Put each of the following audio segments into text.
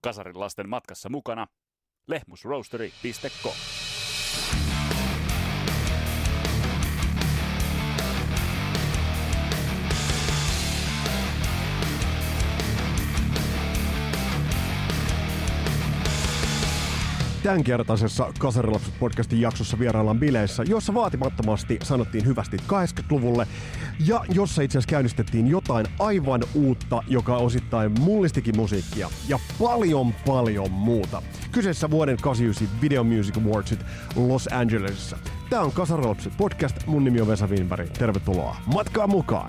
Kasarin lasten matkassa mukana lehmusroastery.com. Tämänkertaisessa Kasarilapset-podcastin jaksossa vieraillaan bileissä, jossa vaatimattomasti sanottiin hyvästi 80-luvulle ja jossa itse asiassa käynnistettiin jotain aivan uutta, joka osittain mullistikin musiikkia ja paljon muuta. Kyseessä vuoden 89 Video Music Awardsit Los Angelesissa. Tää on Kasarilapset-podcast, mun nimi on Vesa Wienberg, tervetuloa matkaan mukaan!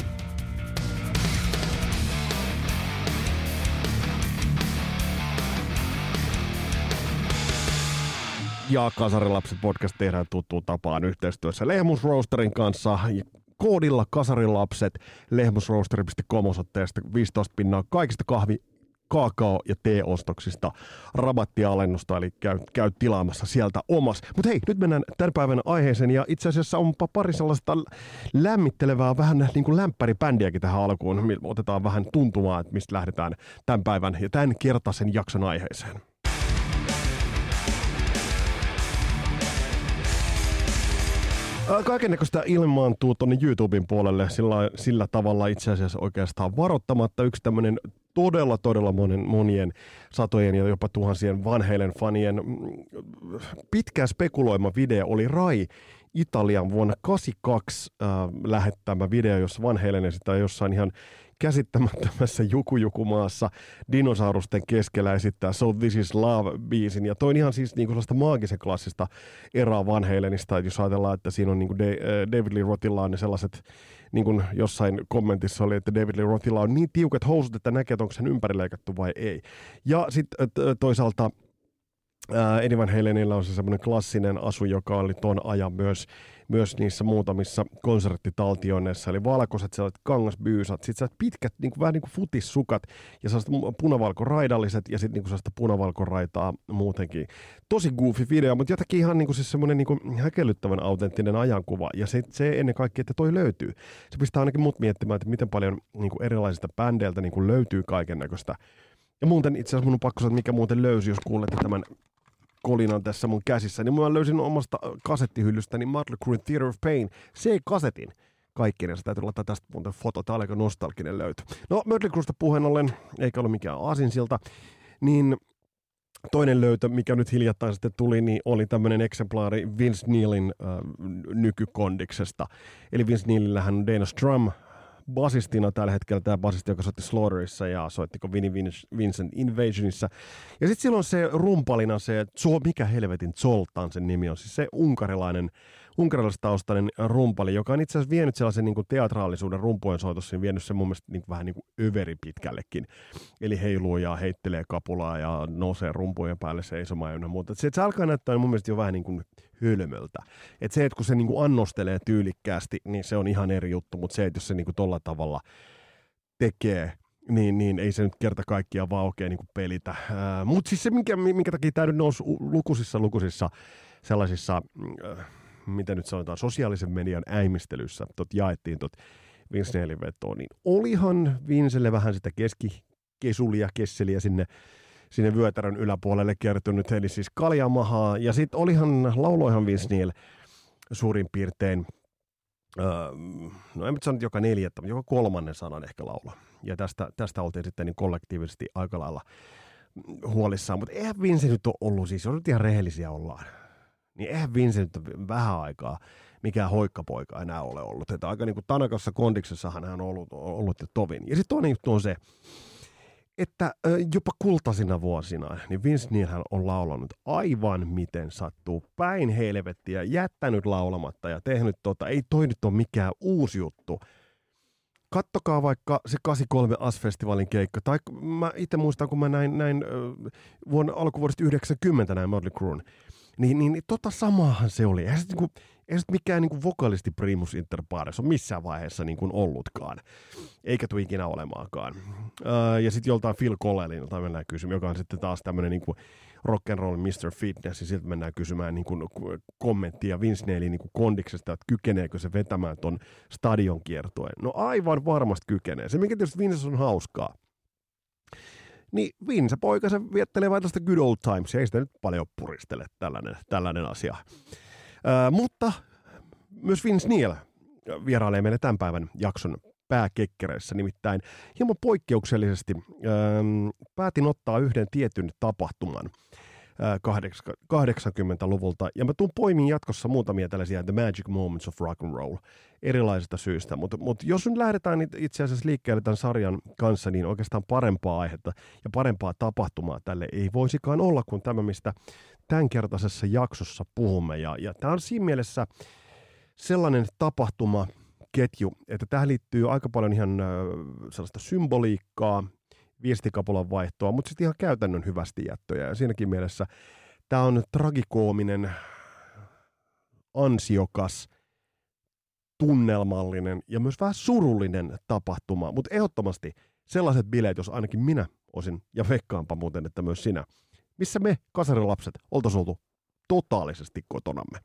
Ja Kasarilapset podcast tehdään tuttuun tapaan yhteistyössä Lehmusroasterin kanssa. Koodilla Kasarilapset lehmusroasteri.com osoitteesta 15% kaikista kahvi, kaakao ja teeostoksista rabattialennusta, eli käy tilaamassa sieltä omas. Mutta hei, nyt mennään tämän päivän aiheeseen, ja itse asiassa onpa pari sellaista lämmittelevää vähän niin kuin lämpäribändiäkin tähän alkuun. Otetaan vähän tuntumaa, että mistä lähdetään tämän päivän ja tämän kertaisen jakson aiheeseen. Kaikennäköistä ilmaantuu tuonne YouTuben puolelle sillä tavalla itse asiassa oikeastaan varoittamatta. Yksi tämmöinen todella monien satojen ja jopa tuhansien Van Halen fanien pitkään spekuloima video oli Rai Italian vuonna 1982 lähettämä video, jossa Van Halen esittää jossain ihan käsittämättömässä jukumaassa dinosaurusten keskellä esittää So This Is Love-biisin. Ja toi on ihan siis niinku sellaista maagisen klassista eraa Van Halenista, että jos ajatellaan, että siinä on niinku David Lee Rothilla on ne sellaiset, niin kuin jossain kommentissa oli, että David Lee Rothilla on niin tiukat housut, että näkee, että onko sen ympärileikattu vai ei. Ja sitten toisaalta Eddie Van Halenilla on se semmoinen klassinen asu, joka oli ton ajan myös niissä muutamissa konserttitaltioinneissa, eli valkoiset sellaiset kangasbyysat, sitten sellaiset pitkät, vähän niin kuin futissukat ja sellaiset punavalkoraidalliset ja sitten niin sellaista punavalkoraitaa muutenkin. Tosi goofy video, mutta jotenkin ihan niin kuin siis semmoinen niin kuin häkellyttävän autenttinen ajankuva, ja se ennen kaikkea, että toi löytyy. Se pistää ainakin mut miettimään, että miten paljon niin kuin erilaisista bändeiltä niin kuin löytyy kaiken näköistä. Ja muuten itse asiassa mun on pakko sanoa, että mikä muuten löysi, jos kuulette tämän kolinan tässä mun käsissä, niin mä löysin omasta kasettihyllystäni Mötley Crüen Theater of Pain C-kasetin. Kaikkinensa täytyy laittaa tästä muuten foto, tää oli aika nostalginen löytö. No Mötley Crüestä puheen ollen, eikä ole mikään aasinsilta, niin toinen löytö, mikä nyt hiljattain sitten tuli, niin oli tämmöinen eksemplaari Vince Neilin nykykondiksesta. Eli Vince Neilillähän on Dana Strum basistina tällä hetkellä, tämä basisti, joka soitti Slaughterissa ja soittiko Vinnie Vincent Invasionissa. Ja sitten silloin se rumpalina, mikä helvetin Zoltan sen nimi on, siis se unkarilaistaustainen rumpali, joka on itse asiassa vienyt sellaisen niin kuin teatraalisuuden rumpujen soitossa, niin vienyt sen mun mielestä niin kuin, vähän niin kuin överipitkällekin. Eli heiluu ja heittelee kapulaa ja nousee rumpujen päälle seisomaan ja muuta. Se alkaa näyttää mun mielestä jo vähän niin kuin hölmöltä. Että se, että kun se niin kuin annostelee tyylikkäästi, niin se on ihan eri juttu, mutta se, että jos se niin kuin tolla tavalla tekee, niin ei se nyt kerta kaikkiaan vaan oikein niin kuin pelitä. Mutta siis se, minkä takia tämä nyt nousi lukuisissa sellaisissa, mitä nyt sanotaan, sosiaalisen median äimistelyssä, jaettiin Vince Neilin vetoon, niin olihan Vincelle vähän sitä keskikesulia, kesseliä sinne vyötärön yläpuolelle kertynyt, eli siis kaljamahaa, ja sitten lauloihan Vince Neil suurin piirtein, no en nyt sano joka neljättä, mutta joka kolmannen sanan ehkä laula. Ja tästä oltiin sitten niin kollektiivisesti aika lailla huolissaan, mutta eihän Vince nyt ole ollut, siis jos nyt ihan rehellisiä ollaan, niin eihän Vince nyt vähän aikaa mikään hoikkapoika enää ole ollut. Että aika niin kuin Tanakassa kondiksessahan hän on ollut jo tovin. Ja sitten toinen juttu on se, että jopa kultaisina vuosina, niin Vince Neilhän on laulanut aivan miten sattuu, päin helvettiä, jättänyt laulamatta ja tehnyt ei toi nyt ole mikään uusi juttu. Kattokaa vaikka se 83 AS-festivaalin keikka, tai mä itse muistan, kun mä näin alkuvuodesta 90 näin Mötley Crüen, niin samaahan se oli. Eihän se mikään niinku vokalisti primus inter pares on missään vaiheessa niinku ollutkaan. Eikä tule ikinä olemaankaan. Ja sitten joltain Phil Collenilta mennään kysymään, joka on sitten taas tämmöinen niinku rock'n'roll Mr. Fitness, ja siltä mennään kysymään niinku kommenttia Vince Neilin niinku kondiksesta, että kykeneekö se vetämään ton stadion kiertueen. No aivan varmasti kykenee. Se, mikä tietysti Vince on hauskaa, niin Vince poikansa viettelee vain tästä good old times, ei sitä nyt paljon puristele tällainen asia. Mutta myös Vince Neil vierailee meille tämän päivän jakson pääkekkereissä, nimittäin hieman poikkeuksellisesti päätin ottaa yhden tietyn tapahtuman 80-luvulta, ja mä tuun poimiin jatkossa muutamia tällaisia The Magic Moments of Rock and Roll erilaisista syistä, mutta jos nyt lähdetään itse asiassa liikkeelle tämän sarjan kanssa, niin oikeastaan parempaa aihetta ja parempaa tapahtumaa tälle ei voisikaan olla kuin tämä, mistä tämänkertaisessa jaksossa puhumme, ja tämä on siinä mielessä sellainen tapahtumaketju, että tähän liittyy aika paljon ihan sellaista symboliikkaa, viestikapulan vaihtoa, mutta sitten ihan käytännön hyvästi jättöjä. Ja siinäkin mielessä tämä on tragikoominen, ansiokas, tunnelmallinen ja myös vähän surullinen tapahtuma. Mutta ehdottomasti sellaiset bileet, jos ainakin minä olisin, ja veikkaanpa muuten, että myös sinä, missä me, kasarilapset, oltaisiin oltu totaalisesti kotonamme.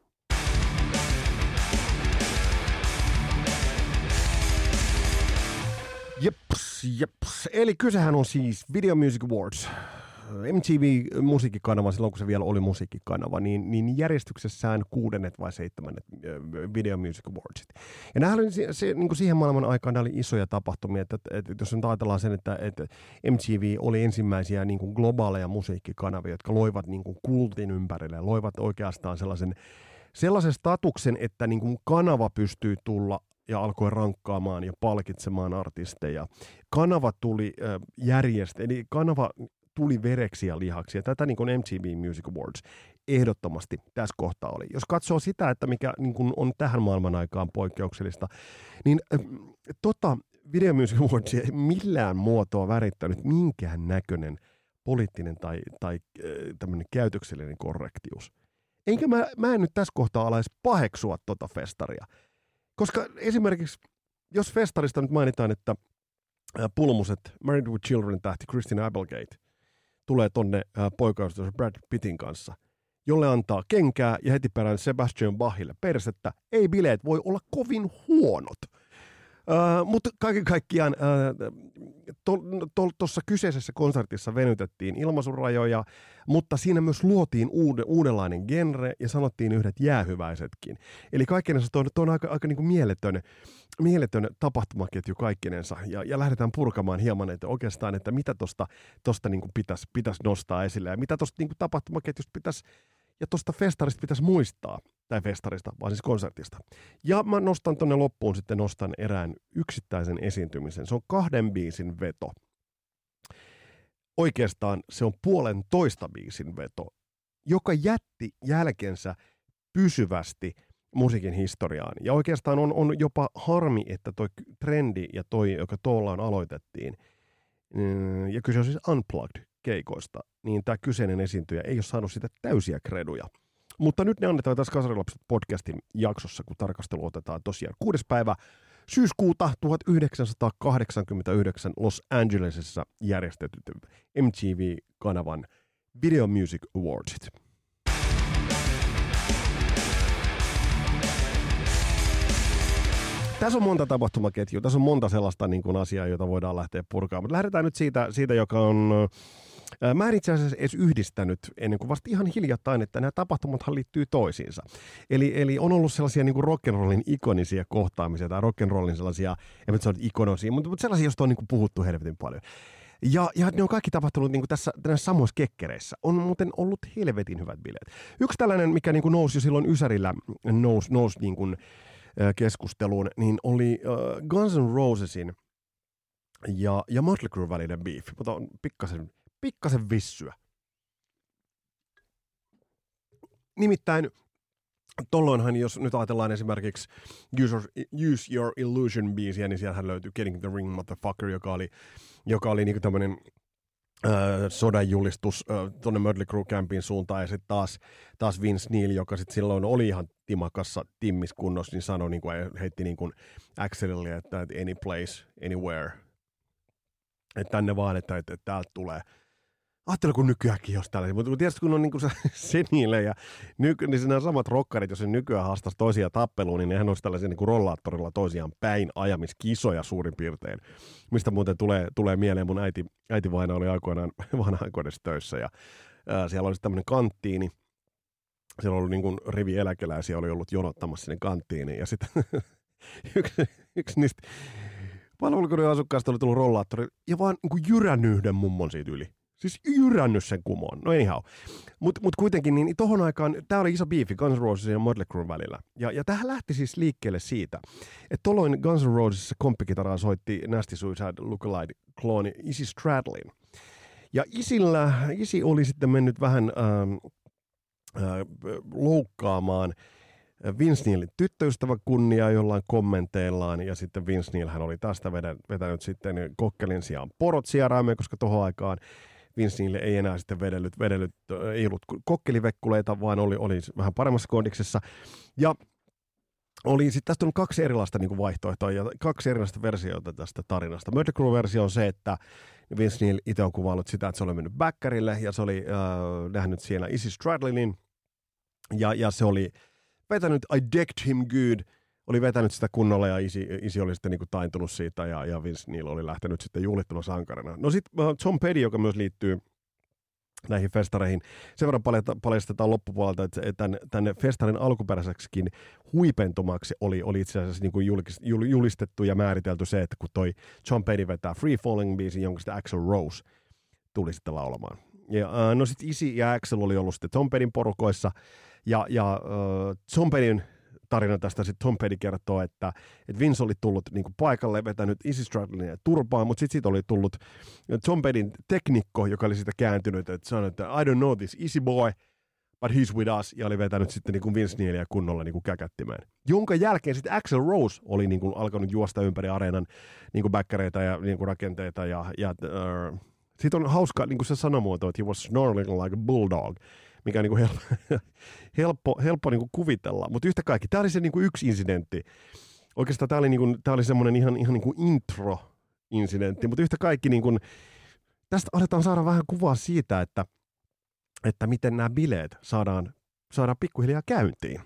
Jeps. Eli kysehän on siis Video Music Awards. MTV-musiikkikanava, silloin kun se vielä oli musiikkikanava, niin järjestyksessään 6. vai 7. Video Music Awardsit. Ja nämä oli niin kuin siihen maailman aikaan oli isoja tapahtumia, että jos nyt ajatellaan sen, että MTV oli ensimmäisiä niin kuin globaaleja musiikkikanavia, jotka loivat niin kuin kultin ympärille, loivat oikeastaan sellaisen statuksen, että niin kuin kanava pystyy tulla ja alkoi rankkaamaan ja palkitsemaan artisteja. Kanava tuli eli kanava tuli vereksi ja lihaksi, ja tätä niin kuin MTV Music Awards ehdottomasti tässä kohtaa oli. Jos katsoo sitä, että mikä niin kuin on tähän maailman aikaan poikkeuksellista, niin Video Music Awards ei millään muotoa värittänyt minkään näköinen poliittinen tai tämmöinen käytöksellinen korrektius. Enkä mä en nyt tässä kohtaa ala edes paheksua festaria. Koska esimerkiksi, jos festarista nyt mainitaan, että pulmuset Married with Children -tähti Christina Applegate tulee tonne poikaystävänsä Brad Pittin kanssa, jolle antaa kenkää ja heti perään Sebastian Bachille persettä, ei bileet voi olla kovin huonot. Mutta kaiken kaikkiaan tuossa kyseisessä konsertissa venytettiin ilmaisurajoja, mutta siinä myös luotiin uudenlainen genre ja sanottiin yhdet jäähyväisetkin. Eli kaikkinensa tuo on aika niin kuin mieletön tapahtumaketju kaikkinensa, ja lähdetään purkamaan hieman, että oikeastaan, että mitä tuosta niin kuin pitäisi nostaa esille ja mitä tuosta niin kuin tapahtumaketjusta pitäisi ja tuosta festarista pitäisi muistaa, tai festarista, vaan siis konsertista. Ja mä nostan tonne loppuun nostan erään yksittäisen esiintymisen. Se on 2 biisin veto. Oikeastaan se on 1,5 biisin veto, joka jätti jälkensä pysyvästi musiikin historiaan. Ja oikeastaan on jopa harmi, että toi trendi ja toi, joka tuollaan aloitettiin, ja kyse on siis Unplugged-keikoista, niin tämä kyseinen esiintyjä ei ole saanut sitä täysiä kreduja. Mutta nyt ne annetaan tässä Kasarilapset podcastin jaksossa, kun tarkastelu otetaan tosiaan 6. päivä syyskuuta 1989 Los Angelesissa järjestetyt MTV-kanavan Video Music Awardsit. Tässä on monta tapahtumaketjua, tässä on monta sellaista niin kuin asiaa, jota voidaan lähteä purkamaan. Mutta lähdetään nyt siitä joka on... Mä en itse asiassa edes yhdistänyt ennen kuin vasta ihan hiljattain, että nämä tapahtumathan liittyy toisiinsa. Eli on ollut sellaisia niin kuin rock'n'rollin ikonisia kohtaamisia tai rock'n'rollin sellaisia, en nyt sano ikonosia, mutta sellaisia, joista on niin kuin puhuttu helvetin paljon. Ja ne on kaikki tapahtunut niin kuin tässä samoissa kekkereissä. On muuten ollut helvetin hyvät bileet. Yksi tällainen, mikä niin kuin nousi jo silloin Ysärillä, nousi niin kuin keskusteluun, niin oli Guns N' Rosesin ja Mötley Crüen välinen beef. Mutta on pikkasen vissyä. Nimittäin tolloinhan, jos nyt ajatellaan esimerkiksi Use Your Illusion-biisiä, niin siellähän löytyy Getting the Ring, Motherfucker, joka oli niinku tämmönen sodan julistus tuonne Mötley Crüe Campin suuntaan, ja sitten taas Vince Neil, joka sitten silloin oli ihan timakassa timmiskunnossa, niin sanoi, niin kuin, heitti niin kuin Axelille, että any place, anywhere, että tänne vaan, että täältä tulee. ajattele, kun nykyäänkin jos tällaisia. Mutta tietysti kun on niin kuin senille ja niin nämä samat rokkarit, jos ne nykyään haastaisi toisia tappeluun, niin nehän olisi tällaisia niin kuin rollaattorilla toisiaan päin ajamiskisoja suurin piirtein. Mistä muuten tulee mieleen, mun äiti vaina oli aikoinaan vanhainkodissa töissä ja siellä oli tämmöinen kanttiini. Siellä oli niin kuin rivi eläkeläisiä oli ollut jonottamassa sinne kanttiiniin ja sitten yksi niistä palvelukodin asukkaista oli tullut rollaattori ja vaan niin kuin jyrännyt yhden mummon siitä yli. Siis jyrännyt sen kumoon. No anyhow. Mut kuitenkin, niin tohon aikaan, tää oli iso biifi Guns N' Roses ja Mötley Crüen välillä. Ja tähän lähti siis liikkeelle siitä, että tolloin Guns N' Roses komppikitaraa soitti Nasty Suicide Lookalike-klooni Izzy Stradlin. Ja Izzy oli sitten mennyt vähän loukkaamaan Vince Neilin tyttöystävän kunniaa jollain kommenteillaan, ja sitten Vince Neil hän oli tästä vetänyt sitten kokkelin sijaan porot sieraimeen, koska tohon aikaan Vince Neil ei enää sitten vedellyt ei ollut kokkelivekkuleita, vaan oli vähän paremmassa kondiksessa. Ja oli sitten tästä on kaksi erilaista niin kuin vaihtoehtoa ja kaksi erilaista versioita tästä tarinasta. Mötley Crüe-versio on se, että Vince Neil itse on kuvaillut sitä, että se oli mennyt backerille ja se oli nähnyt siellä Izzy Stradlinin ja se oli vetänyt I decked him good, oli vetänyt sitä kunnolla ja Izzy oli sitten niin kuin taintunut siitä ja Vince Neil oli lähtenyt sitten juhlittuna sankarina. No sitten Tom Petty, joka myös liittyy näihin festareihin. Sen verran paljastetaan loppupuolelta, että tänne festarin alkuperäiseksikin huipentumaksi oli itse asiassa niin kuin julistettu ja määritelty se, että kun toi Tom Petty vetää Free Falling-biisin, jonka sitten Axl Rose tuli sitten laulamaan. Ja no sitten Izzy ja Axl oli ollut sitten Tom Pettyn porukoissa ja Tom Pettyn tarina tästä sitten Tom Petty kertoo, että Vince oli tullut niinku paikalle, vetänyt Izzy Stradlinia turpaan, mutta sitten siitä oli tullut Tom Pettyn teknikko, joka oli sitä kääntynyt, että sanoi, että I don't know this Izzy boy, but he's with us, ja oli vetänyt sitten niinku Vince Neilia kunnolla niinku käkättimään. Jonka jälkeen sitten Axl Rose oli niinku alkanut juosta ympäri areenan niinku backereita ja niinku rakenteita, ja sitten on hauska niinku se sanamuoto, että he was snarling like a bulldog, mikä on niinku helppo niinku kuvitella, mutta yhtä kaikki, tämä oli se niinku yksi incidentti. Oikeastaan tämä oli semmoinen ihan niinku intro-incidentti, mutta yhtä kaikki niinku, tästä aletaan saada vähän kuvaa siitä, että miten nämä bileet saadaan pikkuhiljaa käyntiin.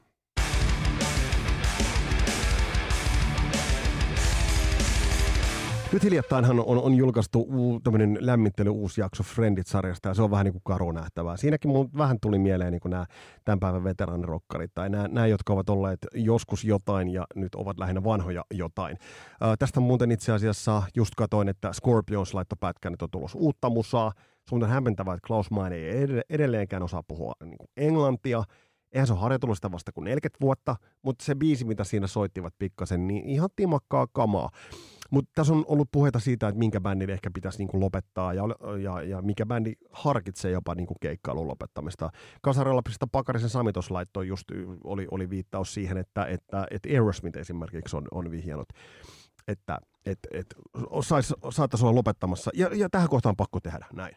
Nyt hiljattainhan on julkaistu tämmöinen lämmittely uusi jakso Friendit-sarjasta, ja se on vähän niin kuin karu nähtävää. Siinäkin mun vähän tuli mieleen niin kuin nämä tämän päivän veteraanirokkarit, tai nämä, jotka ovat olleet joskus jotain, ja nyt ovat lähinnä vanhoja jotain. Tästä muuten itse asiassa just katoin, että Scorpions laittoi pätkän, että on tulossa uutta musaa. Se on muuten hämmentävää, että Klaus Meine ei edelleenkään osaa puhua niin kuin englantia. Eihän se ole harjoitellut sitä vasta kuin 40 vuotta, mutta se biisi, mitä siinä soittivat pikkasen, niin ihan timakkaa kamaa. Mutta tässä on ollut puheita siitä, että minkä bändin ehkä pitäisi niinku lopettaa ja mikä bändi harkitsee jopa niinku keikkailun lopettamista. Kasarelapisesta Pakarisen Sami tuossa laittoi just, oli viittaus siihen, että Aerosmith esimerkiksi on vihjannut, että saattaisi olla lopettamassa. Ja tähän kohtaan pakko tehdä näin.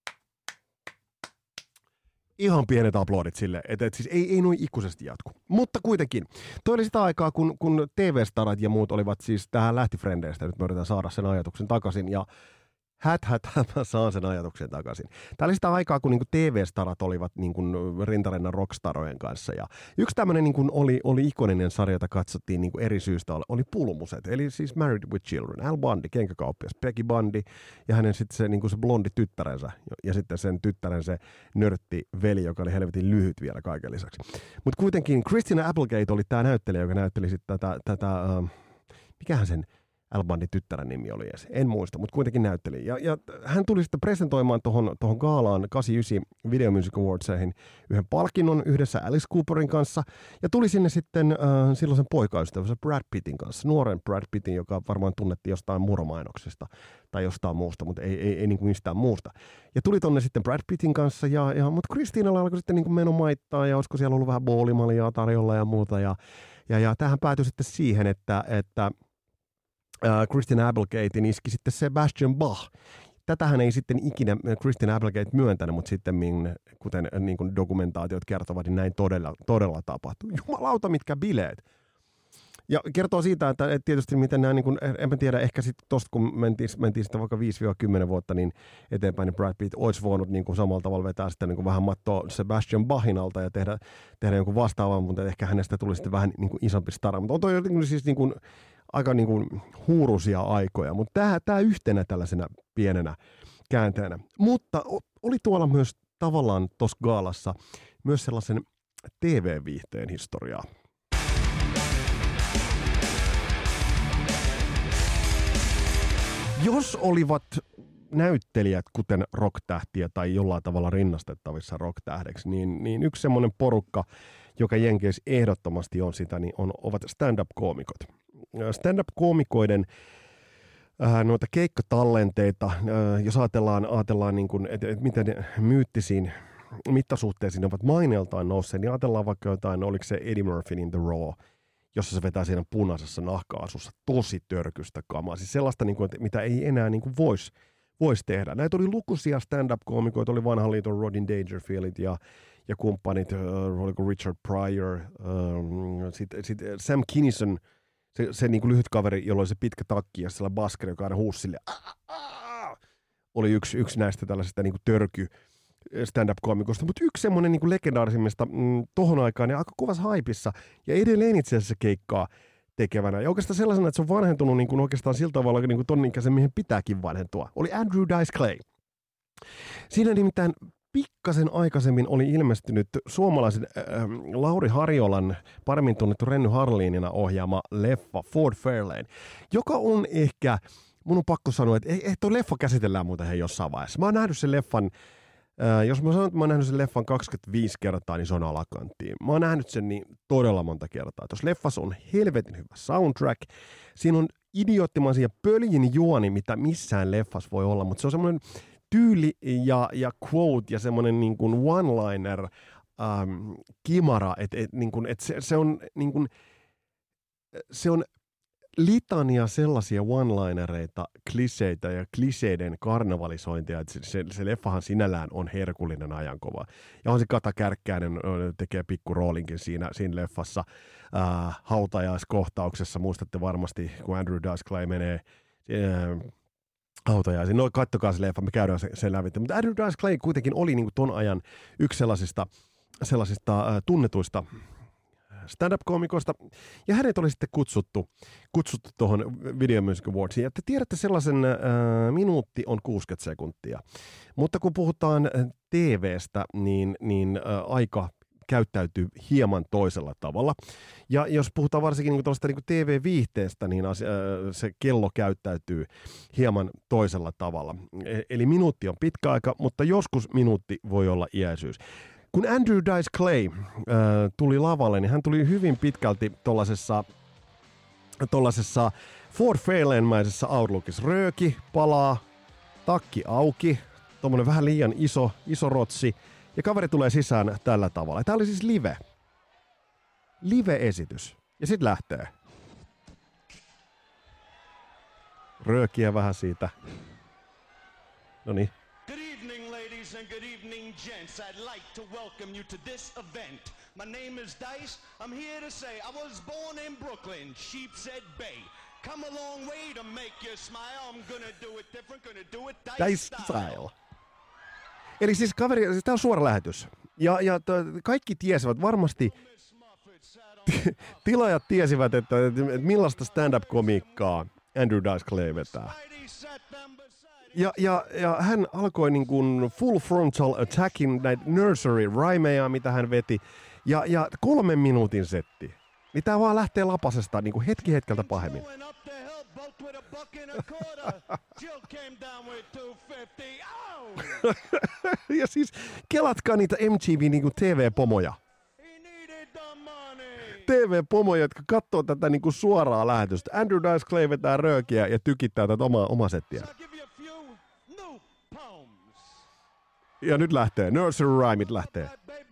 Ihan pienet aplodit sille, että siis ei noin ikuisesti jatku. Mutta kuitenkin, toi oli sitä aikaa, kun TV-starat ja muut olivat siis, tähän lähti Frendeistä, nyt me yritetään saada sen ajatuksen takaisin, ja mä saan sen ajatuksen takaisin. Tämä oli sitä aikaa, kun niinku TV-starat olivat niinku rintarinnan rockstarojen kanssa, ja yksi tämmöinen niinku oli ikoninen sarja, jota katsottiin niinku eri syystä, oli Pulmuset, eli siis Married with Children, Al Bundy, kenkäkauppias, Becky Bundy, ja hänen sitten se, niinku se blondi tyttärensä, ja sitten sen tyttären se nörtti veli, joka oli helvetin lyhyt vielä kaiken lisäksi. Mutta kuitenkin Christina Applegate oli tämä näyttelijä, joka näytteli sitten tätä mikähän sen Al Bundyn tyttären nimi oli edes. En muista, mutta kuitenkin näytteli. Ja hän tuli sitten presentoimaan tuohon gaalaan 89 Video Music Awardseihin yhden palkinnon yhdessä Alice Cooperin kanssa. Ja tuli sinne sitten silloisen poikaystävänsä Brad Pittin kanssa. Nuoren Brad Pittin, joka varmaan tunnettiin jostain muromainoksesta tai jostain muusta, mutta ei niin kuin mistään muusta. Ja tuli tonne sitten Brad Pittin kanssa, mutta Kristiinalla alkoi sitten niin kuin meno maittaa, ja olisiko siellä ollut vähän boolimaljaa tarjolla ja muuta. Ja tähän päätyi sitten siihen, että Christina Applegatein iski sitten Sebastian Bach. Tätähän ei sitten ikinä Christina Applegate myöntänyt, mutta sitten kuten niin kuin dokumentaatiot kertovat, niin näin todella tapahtui. Jumalauta, mitkä bileet! Ja kertoo siitä, että tietysti miten nämä, niin kuin, en mä tiedä, ehkä sitten tuosta kun mentiin sitten vaikka 5-10 vuotta niin eteenpäin, niin Brad Pitt olisi voinut niin kuin samalla tavalla vetää sitten niin kuin vähän mattoa Sebastian Bachin alta ja tehdä jonkun vastaavan, mutta ehkä hänestä tuli sitten vähän niin kuin isompi stara. Mutta on toi jotenkin siis niin kuin, aika niin kuin huuruisia aikoja, mutta tämä yhtenä tällaisena pienenä käänteenä. Mutta oli tuolla myös tavallaan tuossa gaalassa myös sellaisen TV-viihteen historiaa. Jos olivat näyttelijät, kuten rocktähtiä tai jollain tavalla rinnastettavissa rocktähdeksi, niin yksi semmoinen porukka, joka Jenkeissä ehdottomasti on sitä, niin ovat stand-up-koomikot. Stand-up-koomikoiden noita keikkatallenteita, jos ajatellaan niin kuin, että miten myyttisiin mittasuhteisiin ne ovat maineeltaan nousseet, niin ajatellaan vaikka jotain, oliko se Eddie Murphy in The Raw, jossa se vetää siinä punaisessa nahka-asussa tosi törkystä kamaa. Siis sellaista, niin kuin, että mitä ei enää niin kuin voisi tehdä. Näitä oli lukuisia stand-up-koomikoita, oli vanhan liiton Rodney Dangerfieldit ja kumppanit, oliko Richard Pryor, sitten Sam Kinison, se niin kuin lyhyt kaveri, jolla oli se pitkä takki ja sellainen baskeri, joka aina huusi sille, oli yksi näistä tällaisista niin kuin törky stand-up-koomikosta, mutta yksi semmoinen niin kuin legendaarisimmista tohon aikaan ja aika kovassa haipissa ja edelleen itse asiassa keikkaa tekevänä. Ja oikeastaan sellaisena, että se on vanhentunut niin kuin oikeastaan sillä tavalla, niin kuin ton ikäisen miehen pitääkin vanhentua, oli Andrew Dice Clay. Siinä nimittäin pikkasen aikaisemmin oli ilmestynyt suomalaisen Lauri Harjolan paremmin tunnettu Renny Harlinina ohjaama leffa Ford Fairlane, joka on ehkä, mun on pakko sanoa, että toi leffa käsitellään muuten jossain vaiheessa. Mä oon nähnyt sen leffan, jos mä sanon, että mä oon nähnyt sen leffan 25 kertaa, niin se on alakanttiin. Mä oon nähnyt sen niin todella monta kertaa. Tuossa leffassa on helvetin hyvä soundtrack. Siinä on idioottimaisia pöljin juoni, mitä missään leffassa voi olla, mutta se on semmoinen tyyli ja quote ja semmoinen niin kuin one-liner kimara, että niin se on niin kuin, se on litania sellaisia one-linereita, kliseitä ja kliseiden karnevalisointia, että se leffahan sinällään on herkullinen ajankova. Ja on se Kata Kärkkäinen tekee pikkuroolinkin siinä leffassa hautajaiskohtauksessa. Muistatte varmasti, kun Andrew Dice Clay menee hautajaisiin. No kattokaa se leffa, me käydään sen läpi. Mutta Andrew Dice Clay kuitenkin oli niin kuin ton ajan yksi sellaisista tunnetuista stand-up-koomikoista, ja hänet oli sitten kutsuttu tuohon Video Music Awardsiin. Ja te tiedätte sellaisen, minuutti on 60 sekuntia. Mutta kun puhutaan TV:stä, niin aika käyttäytyy hieman toisella tavalla. Ja jos puhutaan varsinkin niin tuollaista niin TV-viihteestä, niin se kello käyttäytyy hieman toisella tavalla. Eli minuutti on pitkä aika, mutta joskus minuutti voi olla iäisyys. Kun Andrew Dice Clay tuli lavalle, niin hän tuli hyvin pitkälti tollasessa Ford Fairlane-mäisessä outlookissa. Rööki, palaa, takki auki, tommonen vähän liian iso rotsi, ja kaveri tulee sisään tällä tavalla. Tämä oli siis live-esitys. Ja sit lähtee. Röökiä vähän siitä. Noniin. And good evening, gents. I'd like to welcome you to this event. My name is Dice. I'm here to say I was born in Brooklyn, Sheepshead Bay. Come a long way to make you smile. I'm gonna do it different, gonna do it Dice style. Eli siis kaveri, siis tää on suora lähetys. Ja kaikki tiesivät varmasti, tilaajat tiesivät, että millaista stand-up-komiikkaa Andrew Dice Clay vetää. Ja hän alkoi niin kuin full frontal attacking näitä nursery rhymeja, mitä hän veti. Ja 3 minuutin setti. Niin tää vaan lähtee lapasesta niin kuin hetki hetkeltä pahemmin. Ja siis kelatkaa niitä MTV niin kuin TV-pomoja. TV-pomoja, jotka katsoo tätä niin kuin suoraa lähetystä. Andrew Dice Clay vetää röökiä ja tykittää tätä omaa settiä. Ja nyt lähtee. Nursery Rhymeit lähtee.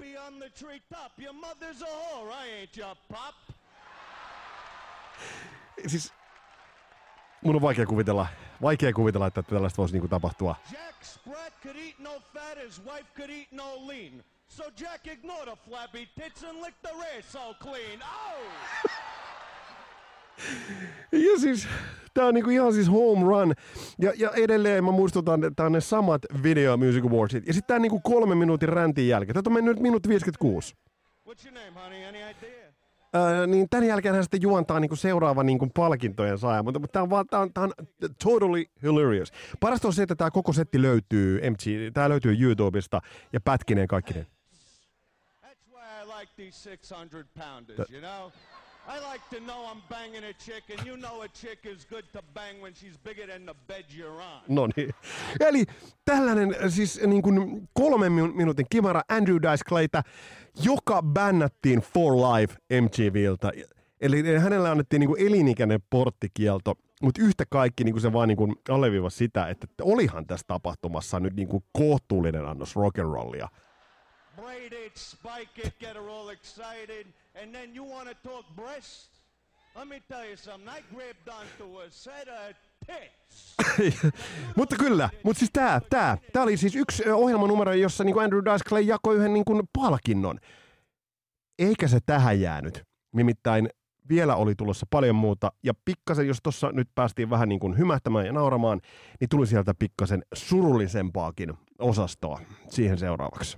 Siis mun on vaikea kuvitella, että tällaista voisi niinku tapahtua. Jack Sprat could eat no fat, his wife could eat no lean. So Jack ignored the flabby tits and licked the ass so clean. Oh! Ja siis, tää on niinku ihan siis home run. Ja edelleen mä muistutan, että tää on ne samat Video Music Awardsit. Ja sit tää niinku 3 minuutin räntin jälkeen. Tätä on mennyt nyt minuutti 56. What's your name, honey? Any idea? Niin tän jälkeen hän sitten juontaa niinku seuraava niinku palkintojen saaja, mutta tää on totally hilarious. Parasta on se, että tää koko setti löytyy tää löytyy YouTubesta ja pätkineen kaikkineen. That's why I like these 600 pounders, you know? I like to know I'm banging a chick, and you know a chick is good to bang when she's bigger than the bed you're on. No niin. Eli tällainen siis niin kuin 3 minuutin kimara Andrew Dice Claytä, joka bännättiin for life MTVltä. Eli hänelle annettiin niin kuin elinikäinen porttikielto, mutta yhtä kaikki niin kuin se vaan niin kuin alleviivasi sitä, että olihan tässä tapahtumassa nyt niin kuin kohtuullinen annos rock'n'rollia. Braid it, spike it, get her all excited, and then you want to talk breasts? Let me tell you something. I grabbed onto a set of tits. Mutta kyllä, mutta siis tää oli siis yksi ohjelmanumero, jossa niin kuin Andrew Dice Clay jakoi yhden niin kuin palkinnon. Eikä se tähän jäänyt. Nimittäin vielä oli tulossa paljon muuta, ja pikkasen, jos tuossa nyt päästiin vähän niin kuin hymähtämään ja nauramaan, niin tuli sieltä pikkasen surullisempaakin osastoa siihen seuraavaksi.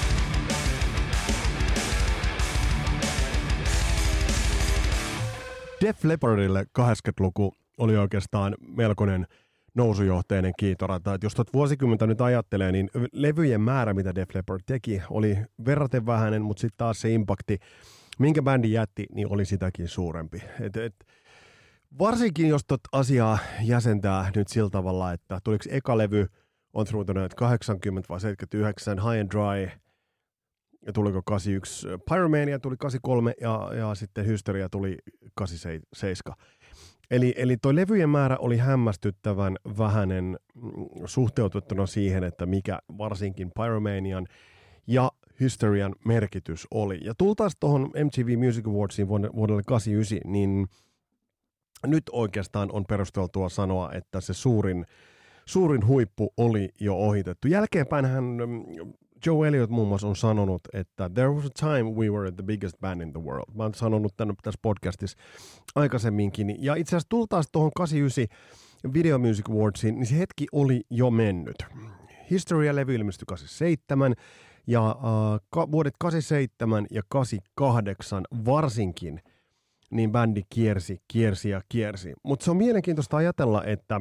Def Leppardille 80-luku oli oikeastaan melkoinen nousujohteinen kiitorata. Jos tuot vuosikymmentä nyt ajattelee, niin levyjen määrä, mitä Def Leppard teki, oli verraten vähäinen, mutta sitten taas se impakti, minkä bändi jätti, niin oli sitäkin suurempi. Varsinkin jos tot asiaa jäsentää nyt sillä tavalla, että tuliko eka levy On Through the Night 80 vai 79, High and Dry, ja tuliko 81, Pyromania tuli 83 ja sitten Hysteria tuli 87. Eli toi levyjen määrä oli hämmästyttävän vähäinen suhteutettuna siihen, että mikä varsinkin Pyromanian ja Hysterian merkitys oli. Ja tultaas tuohon MTV Music Awardsiin vuodelle 89, niin nyt oikeastaan on perusteltua sanoa, että se suurin huippu oli jo ohitettu. Jälkeenpäinhän Joe Elliott muun muassa on sanonut, että there was a time we were the biggest band in the world. Mä oon sanonut tässä podcastissa aikaisemminkin. Ja itse asiassa tultaas tuohon 89 Video Music Awardsiin, niin se hetki oli jo mennyt. Historia-levy ilmestyi 87 ja vuodet 87 ja 88 varsinkin, niin bändi kiersi. Mutta se on mielenkiintoista ajatella, että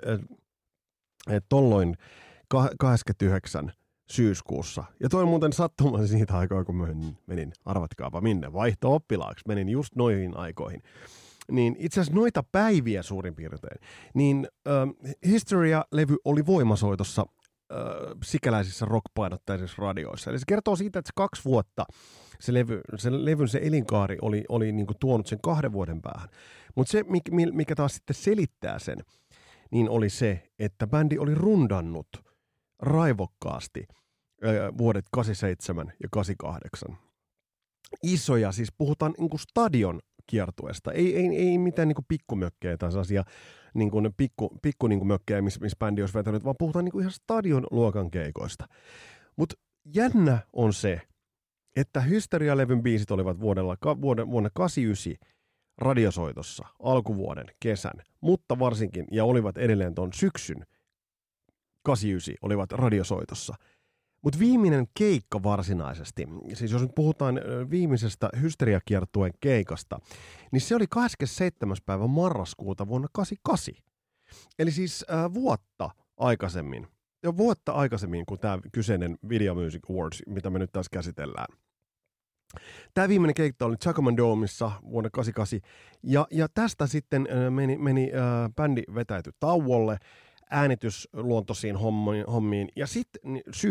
tolloin 89 syyskuussa. Ja toi on muuten sattuma siitä aikaa, kun mä menin, arvatkaapa minne, vaihto-oppilaaksi, menin just noihin aikoihin. Niin itse asiassa noita päiviä suurin piirtein, niin Hysteria-levy oli voimasoitossa sikäläisissä rock-painotteisissa radioissa. Eli se kertoo siitä, että se 2 vuotta se levyn se elinkaari oli niin kuin tuonut sen 2 vuoden päähän. Mutta se, mikä taas sitten selittää sen, niin oli se, että bändi oli rundannut raivokkaasti vuodet 87 ja 88. Isoja, siis puhutaan niin kuin stadion kiertueesta, ei mitään niin kuin pikkumökkejä tai sellaisia niin kuin pikku niin kuin mökkejä, missä bändi olisi vetänyt, vaan puhutaan niin kuin ihan stadion luokan keikoista. Mutta jännä on se, että Hysteria-levyn biisit olivat vuonna 89 radiosoitossa alkuvuoden kesän, mutta varsinkin, ja olivat edelleen tuon syksyn 89 olivat radiosoitossa. Mutta viimeinen keikka varsinaisesti, siis jos nyt puhutaan viimeisestä Hysteria-kiertueen keikasta, niin se oli 27. päivä marraskuuta vuonna 88. Eli siis vuotta aikaisemmin kuin tämä kyseinen Video Music Awards, mitä me nyt taas käsitellään. Tämä viimeinen keikka oli Tacoma Domeissa vuonna 88, ja tästä sitten meni bändi vetäytyi tauolle, äänitysluontoisiin hommiin, ja sitten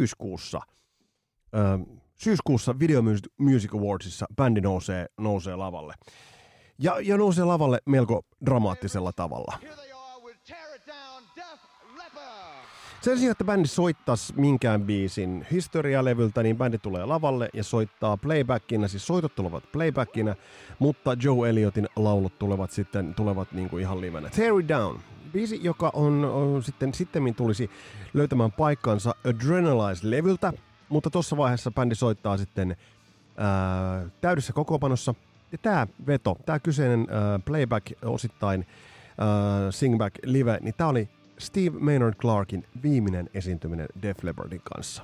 syyskuussa Video Music Awardsissa bändi nousee lavalle. Ja nousee lavalle melko dramaattisella tavalla. Sen sijaan, että bändi soittaisi minkään biisin Hysteria-levyltä, niin bändi tulee lavalle ja soittaa playbackina, siis soitot tulevat playbackina, mutta Joe Elliotin laulut tulevat niin kuin ihan livenä. Tear It Down, biisi, joka on sittemmin tulisi löytämään paikkansa Adrenalize-levyltä, mutta tuossa vaiheessa bändi soittaa sitten täydessä kokoopanossa Ja tämä kyseinen playback osittain singback live, niin tämä oli Steve Maynard Clarkin viimeinen esiintyminen Def Leppardin kanssa.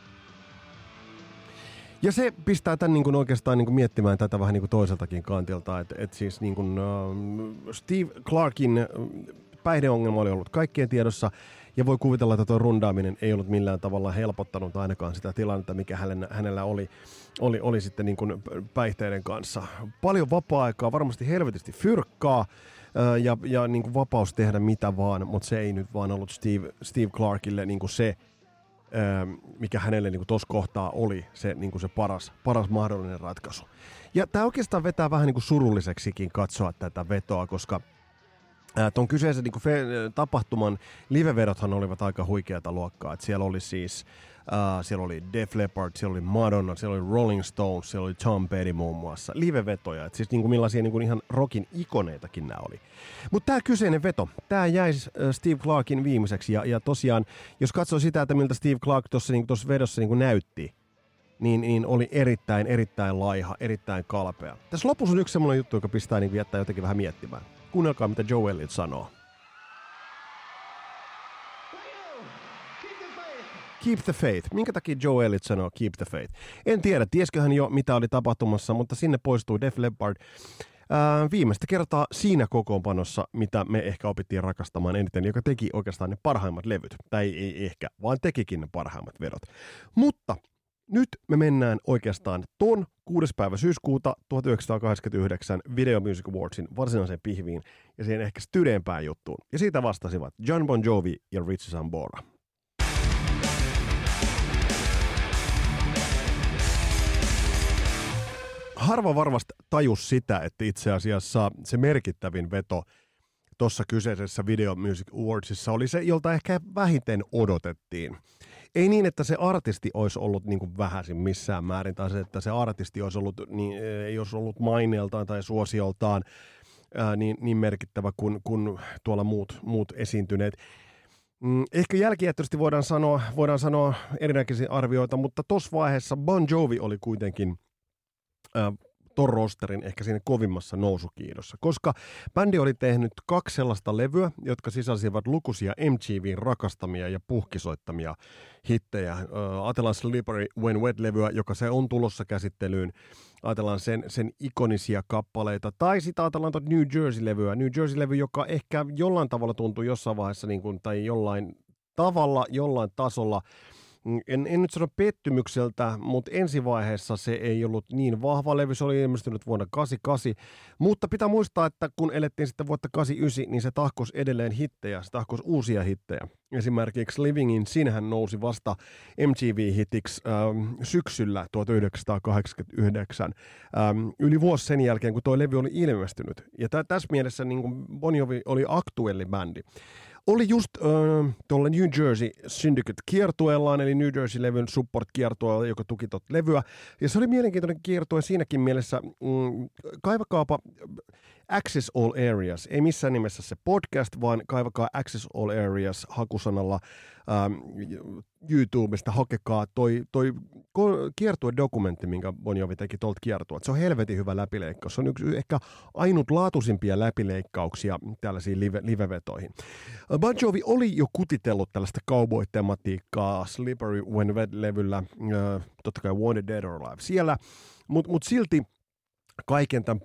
Ja se pistää tämän niin kuin oikeastaan niin kuin miettimään tätä vähän niin kuin toiseltakin kantilta, että siis niin kuin, Steve Clarkin päihdeongelma oli ollut kaikkien tiedossa, ja voi kuvitella, että tuo rundaaminen ei ollut millään tavalla helpottanut ainakaan sitä tilannetta, mikä hänellä oli sitten niin kuin päihteiden kanssa. Paljon vapaa-aikaa, varmasti helvetisti fyrkkaa, ja niin kuin vapaus tehdä mitä vaan, mutta se ei nyt vaan ollut Steve Clarkille niin kuin se, mikä hänelle niin kuin tuossa kohtaa oli se, niin kuin se paras mahdollinen ratkaisu. Ja tämä oikeastaan vetää vähän niin kuin surulliseksikin katsoa tätä vetoa, koska tuon kyseisen niin kuin tapahtuman livevedothan olivat aika huikeata luokkaa. Et siellä oli siis siellä oli Def Leppard, siellä oli Madonna, siellä oli Rolling Stones, siellä oli Tom Petty muun muassa. Livevetoja, että siis niin kuin millaisia niin kuin ihan rockin ikoneitakin nämä oli. Mutta tämä kyseinen veto, tämä jäi Steve Clarkin viimeiseksi. Ja tosiaan, jos katsoo sitä, että miltä Steve Clark tuossa niin vedossa niin kuin näytti, niin oli erittäin laiha, erittäin kalpea. Tässä lopussa on yksi semmoinen juttu, joka pistää niin kuin jättää jotenkin vähän miettimään. Kuunnelkaa, mitä Joe Elliott sanoo. Keep the faith. Minkä takia Joe Elliott sanoo keep the faith? En tiedä, tiesikö hän jo mitä oli tapahtumassa, mutta sinne poistui Def Leppard viimeistä kertaa siinä kokoonpanossa, mitä me ehkä opittiin rakastamaan eniten, joka teki oikeastaan ne parhaimmat levyt. Tai ei ehkä, vaan tekikin ne parhaimmat vedot. Mutta nyt me mennään oikeastaan ton 6. päivä syyskuuta 1989 Video Music Awardsin varsinaiseen pihviin ja siihen ehkä stydeempään juttuun. Ja siitä vastasivat Jon Bon Jovi ja Richie Sambora. Harva varmasti tajus sitä, että itse asiassa se merkittävin veto tuossa kyseisessä Video Music Awardsissa oli se, jolta ehkä vähiten odotettiin. Ei niin, että se artisti olisi ollut niin kuin vähäisin missään määrin, tai se, että se artisti olisi ollut, niin, ei olisi ollut maineeltaan tai suosioltaan niin merkittävä kuin tuolla muut esiintyneet. Ehkä jälkijättöisesti voidaan sanoa erinäköisiä arvioita, mutta tuossa vaiheessa Bon Jovi oli kuitenkin ton rosterin ehkä siinä kovimmassa nousukiidossa, koska bändi oli tehnyt 2 sellaista levyä, jotka sisälsivät lukuisia MTV:n rakastamia ja puhkisoittamia hittejä. Ajatellaan Slippery When Wet-levyä, joka se on tulossa käsittelyyn. Ajatellaan sen ikonisia kappaleita. Tai sitten ajatellaan tuota New Jersey-levyä. New Jersey-levy, joka ehkä jollain tavalla tuntui jossain vaiheessa, niin kuin, tai jollain tasolla, en nyt sano pettymykseltä, mutta ensivaiheessa se ei ollut niin vahva levy, se oli ilmestynyt vuonna 1988, mutta pitää muistaa, että kun elettiin sitten vuotta 1989, niin se tahkos edelleen hittejä, se tahkos uusia hittejä. Esimerkiksi Living in Sinhän nousi vasta MTV-hitiksi syksyllä 1989, yli vuosi sen jälkeen, kun tuo levy oli ilmestynyt. Ja tässä mielessä niin Bon Jovi oli aktuelli bändi. Oli just tuolla New Jersey Syndicate-kiertueellaan, eli New Jersey-levyn support-kiertueella, joka tuki tuota levyä. Ja se oli mielenkiintoinen kiertue siinäkin mielessä. Kaivakaapa Access All Areas, ei missään nimessä se podcast, vaan kaivakaa Access All Areas hakusanalla YouTubesta, hakekaa toi kiertue-dokumentti, minkä Bon Jovi teki tuolta kiertueelta. Se on helvetin hyvä läpileikkaus. Se on yksi ehkä ainutlaatuisimpia läpileikkauksia tällaisiin livevetoihin. Bon Jovi oli jo kutitellut tällaista cowboy-tematiikkaa Slippery When Wet-levyllä, totta kai Wanted Dead or Alive siellä, mut silti kaiken tämän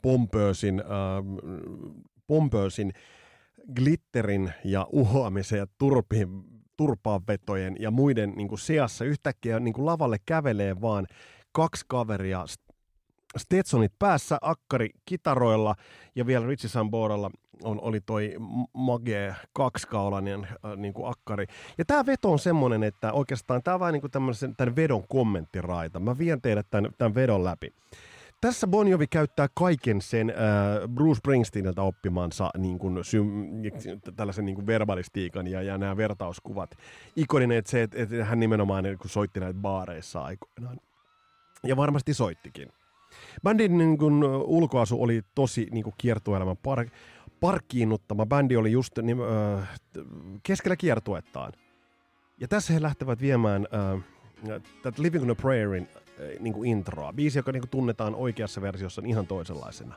pompöösin glitterin ja uhoamisen ja turpaanvetojen ja muiden niin kuin seassa yhtäkkiä niin kuin lavalle kävelee vaan 2 kaveria Stetsonit päässä, akkari kitaroilla ja vielä Richie Samboralla oli toi Mage 2-kaulainen niin kuin akkari. Ja tämä veto on semmoinen, että oikeastaan tämä on vähän niin kuin tämän vedon kommenttiraita. Mä vien teidät tämän vedon läpi. Tässä Bon Jovi käyttää kaiken sen Bruce Springsteeniltä oppimansa niin kuin tällaisen niin kuin verbalistiikan ja nämä vertauskuvat. Ikoninen, että se, että hän nimenomaan niin kuin soitti näitä baareissa aikoinaan. Ja varmasti soittikin. Bändin niin kuin ulkoasu oli tosi niin kuin kiertueelämän parkkiinnuttama. Bändi oli just keskellä kiertuettaan. Ja tässä he lähtevät viemään tätä Living on a Prayerin niin kuin introa. Biisi, joka niin kuin tunnetaan oikeassa versiossa ihan toisenlaisena.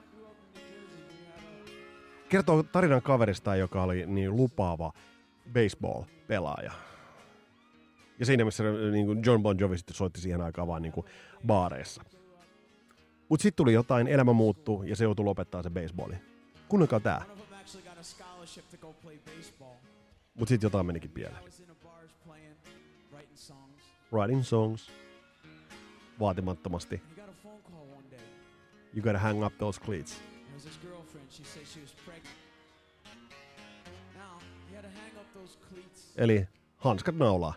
Kertoo tarinan kaverista, joka oli niin lupaava baseball-pelaaja. Ja siinä missä niin kuin John Bon Jovi sitten soitti siihen aikaan vaan niin kuin baareissa. Mut sitten tuli jotain, elämä muuttui ja se joutui lopettaa se baseballin. Kuunnelkaa tää. Mut sit jotain menikin pieleen. Writing songs. Vaatimattomasti. You gotta hang up those cleats. Eli hanskat naulaa.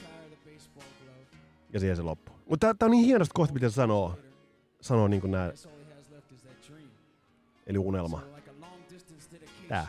Ja siihen se loppuu. Mutta tää on niin hienosti kohta, miten sanoo niin kuin nää. Eli unelma. Tää.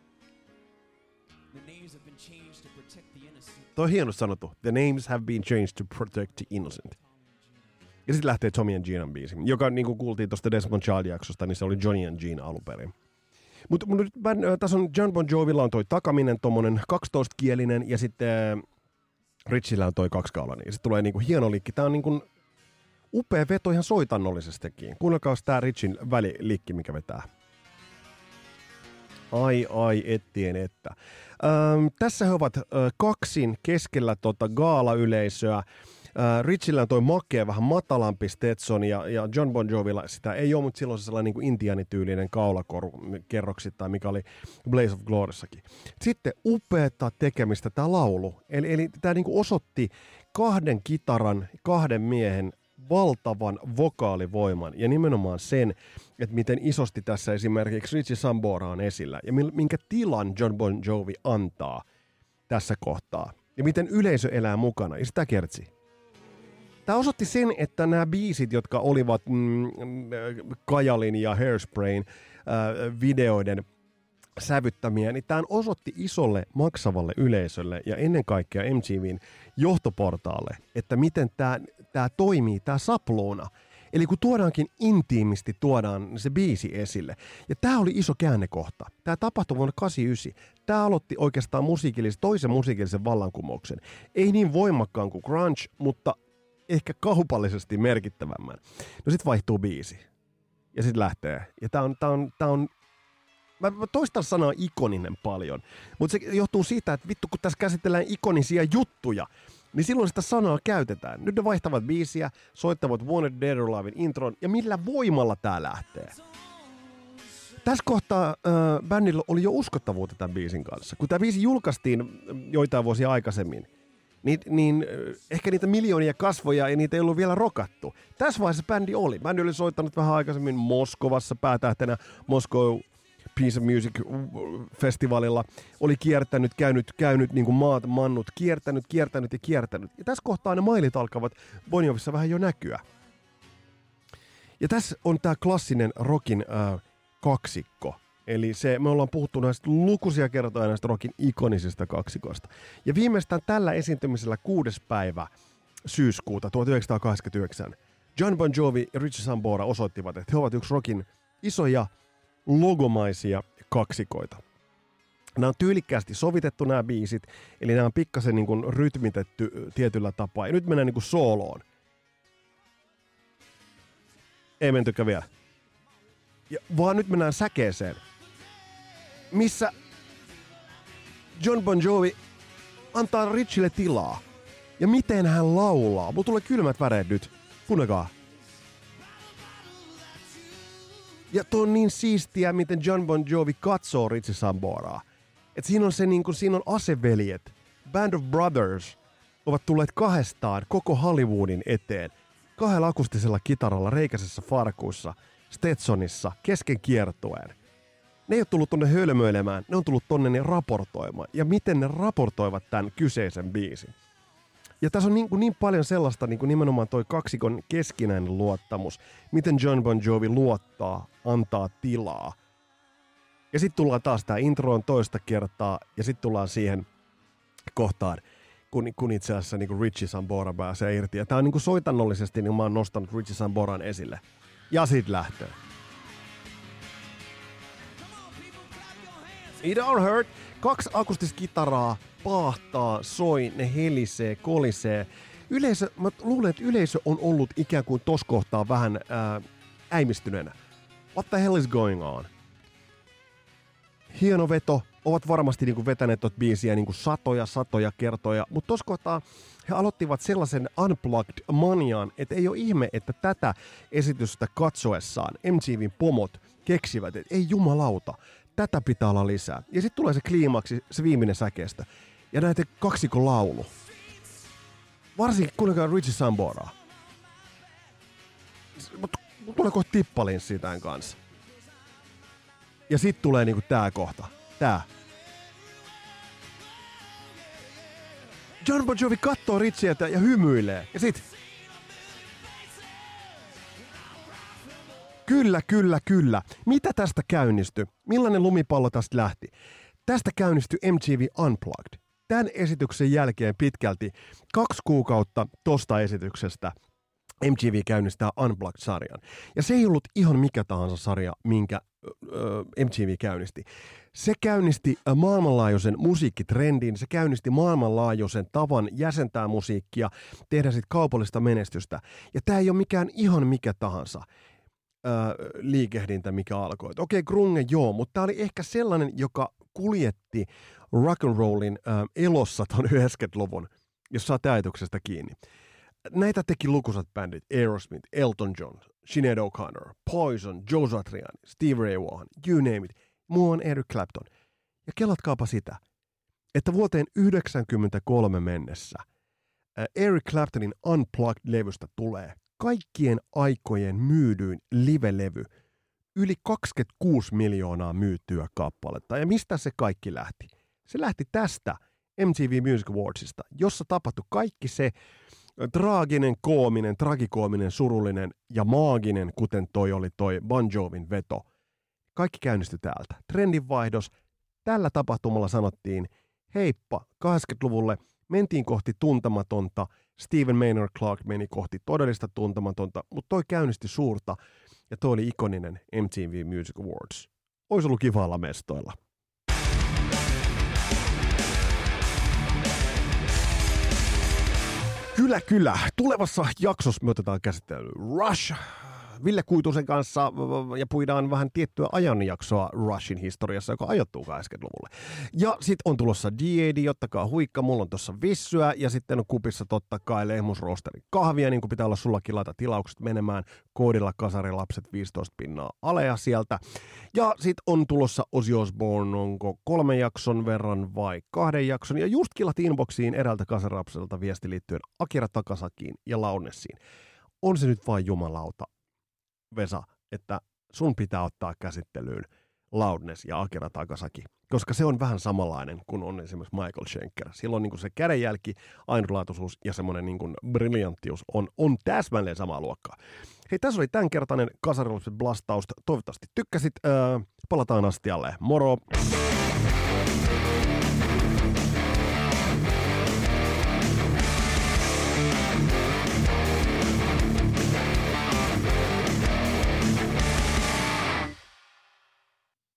Toi on hienosti sanottu. The names have been changed to protect the innocent. Ja sitten lähtee Tommy and Gina'n biisi, joka niin kuin kuultiin tuosta Desmond Child-jaksosta, niin se oli Johnny and Gina alun perin. Mutta nyt tässä on John Bon Jovilla on toi takaminen, tommonen 12-kielinen, ja sitten Richillä on toi 2-kaulainen. Ja sitten tulee niinku hieno liikki. Tää on niinku upea veto ihan soitannollisestikin. Kuunnelkaas tää Richin välilikki, mikä vetää. Ai, ettien että. Tässä he ovat kaksin keskellä gaala-yleisöä. Richillä on toi makea, vähän matalampi Stetson ja John Bon Jovilla sitä ei ole, mutta silloin se sellainen niin kuin intiaanityylinen kaulakerroksittain, mikä oli Blaze of Gloryssakin. Sitten upeata tekemistä tämä laulu. Eli tämä niin kuin osoitti 2 kitaran, 2 miehen valtavan vokaalivoiman ja nimenomaan sen, että miten isosti tässä esimerkiksi Richie Sambora on esillä ja minkä tilan John Bon Jovi antaa tässä kohtaa ja miten yleisö elää mukana ja sitä kertsi. Tämä osoitti sen, että nämä biisit, jotka olivat Kajalin ja Hairsprayn videoiden sävyttämiä, niin tämä osoitti isolle maksavalle yleisölle ja ennen kaikkea MTVn johtoportaalle, että miten tämä toimii, tämä sapluuna. Eli kun tuodaankin intiimisti, tuodaan se biisi esille. Ja tämä oli iso käännekohta. Tämä tapahtui vuonna 1989. Tämä aloitti oikeastaan toisen musiikillisen vallankumouksen. Ei niin voimakkaan kuin grunge, mutta ehkä kaupallisesti merkittävämmän. No sit vaihtuu biisi. Ja sit lähtee. Ja tää on mä toistan sanaa ikoninen paljon. Mutta se johtuu siitä, että vittu kun tässä käsitellään ikonisia juttuja, niin silloin sitä sanaa käytetään. Nyt ne vaihtavat biisiä, soittavat Wanted Dead or Alivein intron, ja millä voimalla tää lähtee. Tässä kohtaa bändillä oli jo uskottavuutta tämän biisin kanssa. Kun tämä biisi julkaistiin joitain vuosia aikaisemmin, niin ehkä niitä miljoonia kasvoja ja niitä ei ollut vielä rokattu. Tässä vaiheessa bändi oli. Bändi oli soittanut vähän aikaisemmin Moskovassa päätähtenä Moscow Piece of Music-festivaalilla. Oli kiertänyt, käynyt niin kuin maat mannut, kiertänyt. Ja tässä kohtaa ne mailit alkavat Bon Jovissa vähän jo näkyä. Ja tässä on tämä klassinen rockin kaksikko. Eli me ollaan puhuttu näistä lukuisia kertoja näistä rockin ikonisista kaksikosta. Ja viimeistään tällä esiintymisellä 6. päivä syyskuuta 1989 John Bon Jovi ja Richie Sambora osoittivat, että he ovat yksi rockin isoja logomaisia kaksikoita. Nämä on tyylikkäästi sovitettu nämä biisit, eli nämä on pikkasen niin kuin rytmitetty tietyllä tapaa. Ja nyt mennään niin kuin sooloon. Ei mentykään vielä. Vaan nyt mennään säkeeseen, missä John Bon Jovi antaa Richille tilaa. Ja miten hän laulaa. Mulla tulee kylmät väreet nyt. Kuunnelkaa. Ja tuo on niin siistiä, miten John Bon Jovi katsoo Richie Samboraa. Et siinä on siinä on aseveljet. Band of Brothers ovat tulleet 2 koko Hollywoodin eteen. 2 akustisella kitaralla reikäisessä farkuissa, Stetsonissa, kesken kiertueen. Ne ei ole tullut tonne hölmöilemään, ne on tullut tonne raportoimaan. Ja miten ne raportoivat tämän kyseisen biisin. Ja tässä on niin paljon sellaista, niin kuin nimenomaan toi kaksikon keskinäinen luottamus. Miten John Bon Jovi luottaa, antaa tilaa. Ja sitten tullaan taas tää introon toista kertaa, ja sitten tullaan siihen kohtaan, kun itse asiassa niin Richie Sambora pääsee irti. Ja tää on niin soitannollisesti, niin mä oon nostanut Richie Samboran esille. Ja sit lähtee. It don't hurt. 2 akustista kitaraa paahtaa, soi, ne helisee, kolisee. Mä luulen, että yleisö on ollut ikään kuin tos kohtaa vähän äimistyneenä. What the hell is going on? Hieno veto, ovat varmasti niinku vetäneet tot biisiä niinku satoja kertoja, mutta tos kohtaa he aloittivat sellaisen Unplugged-manian, että ei ole ihme, että tätä esitystä katsoessaan MTVn pomot keksivät, että ei jumalauta, tätä pitää olla lisää. Ja sitten tulee se kliimaksi, se viimeinen säkeistö, ja näitä kaksikon laulu. Varsinkin kuunnelkaa Richie Samboraa. Mut tulee kohta tippalinssi siitä kanssa. Ja sit tulee niinku tää kohta. Tää. John Bon Jovi kattoo Richietä ja hymyilee. Ja sit. Kyllä. Mitä tästä käynnistyi? Millainen lumipallo tästä lähti? Tästä käynnistyi MTV Unplugged. Tämän esityksen jälkeen pitkälti 2 kuukautta tosta esityksestä MTV käynnistää Unplugged-sarjan. Ja se ei ollut ihan mikä tahansa sarja, minkä MTV käynnisti. Se käynnisti maailmanlaajuisen musiikkitrendin, se käynnisti maailmanlaajuisen tavan jäsentää musiikkia, tehdä sit kaupallista menestystä. Ja tää ei ole mikään ihan mikä tahansa liikehdintä, mikä alkoi. Okei, grunge joo, mutta tää oli ehkä sellainen, joka kuljetti rock'n'rollin elossa ton 90-luvun, jos saat ajatuksesta kiinni. Näitä teki lukuisat bändit, Aerosmith, Elton John, Sinead O'Connor, Poison, Joe Satriani, Steve Ray Vaughan, you name it, muu on Eric Clapton. Ja kelatkaapa sitä, että vuoteen 1993 mennessä Eric Claptonin Unplugged-levystä tulee kaikkien aikojen myydyin live-levy, yli 26 miljoonaa myyttyä kappaletta. Ja mistä se kaikki lähti? Se lähti tästä MTV Music Awardsista, jossa tapahtui kaikki se traaginen, koominen, tragikoominen, surullinen ja maaginen, kuten toi oli toi Bon Jovin veto. Kaikki käynnistyi täältä. Trendinvaihdos. Tällä tapahtumalla sanottiin, heippa, 80-luvulle mentiin kohti tuntematonta, Stephen Maynard Clark meni kohti todellista tuntematonta, mutta toi käynnisti suurta, ja toi oli ikoninen MTV Music Awards. Ois ollut kiva olla mestoilla. Kyllä. Tulevassa jaksossa me otetaan käsittelyyn Rush, Ville Kuitusen kanssa ja puidaan vähän tiettyä ajanjaksoa Rushin historiassa, joka ajoittuu 80-luvulle. Ja sitten on tulossa D.A.D., ottakaa huikka, mulla on tuossa vissyä ja sitten on kupissa totta kai Lehmusroosterin kahvia, niin kuin pitää olla sullakin laita tilaukset menemään koodilla kasarilapset 15 pinnaa alea sieltä. Ja sitten on tulossa Ozzy Osbourne, onko 3 jakson verran vai 2 jakson, ja just killat inboxiin eräältä kasarilapselta viesti liittyen Akira Takasakiin ja Loudnessiin. On se nyt vain jumalauta, Vesa, että sun pitää ottaa käsittelyyn Loudness ja Akira Takasaki, koska se on vähän samanlainen kuin on esimerkiksi Michael Schenker. Silloin niin kuin se kädenjälki, ainutlaatuisuus ja semmoinen niin kuin briljanttius on täsmälleen samaa luokkaa. Hei, tässä oli tämänkertainen kasarilapsen blastaus. Toivottavasti tykkäsit. Palataan astialle. Moro!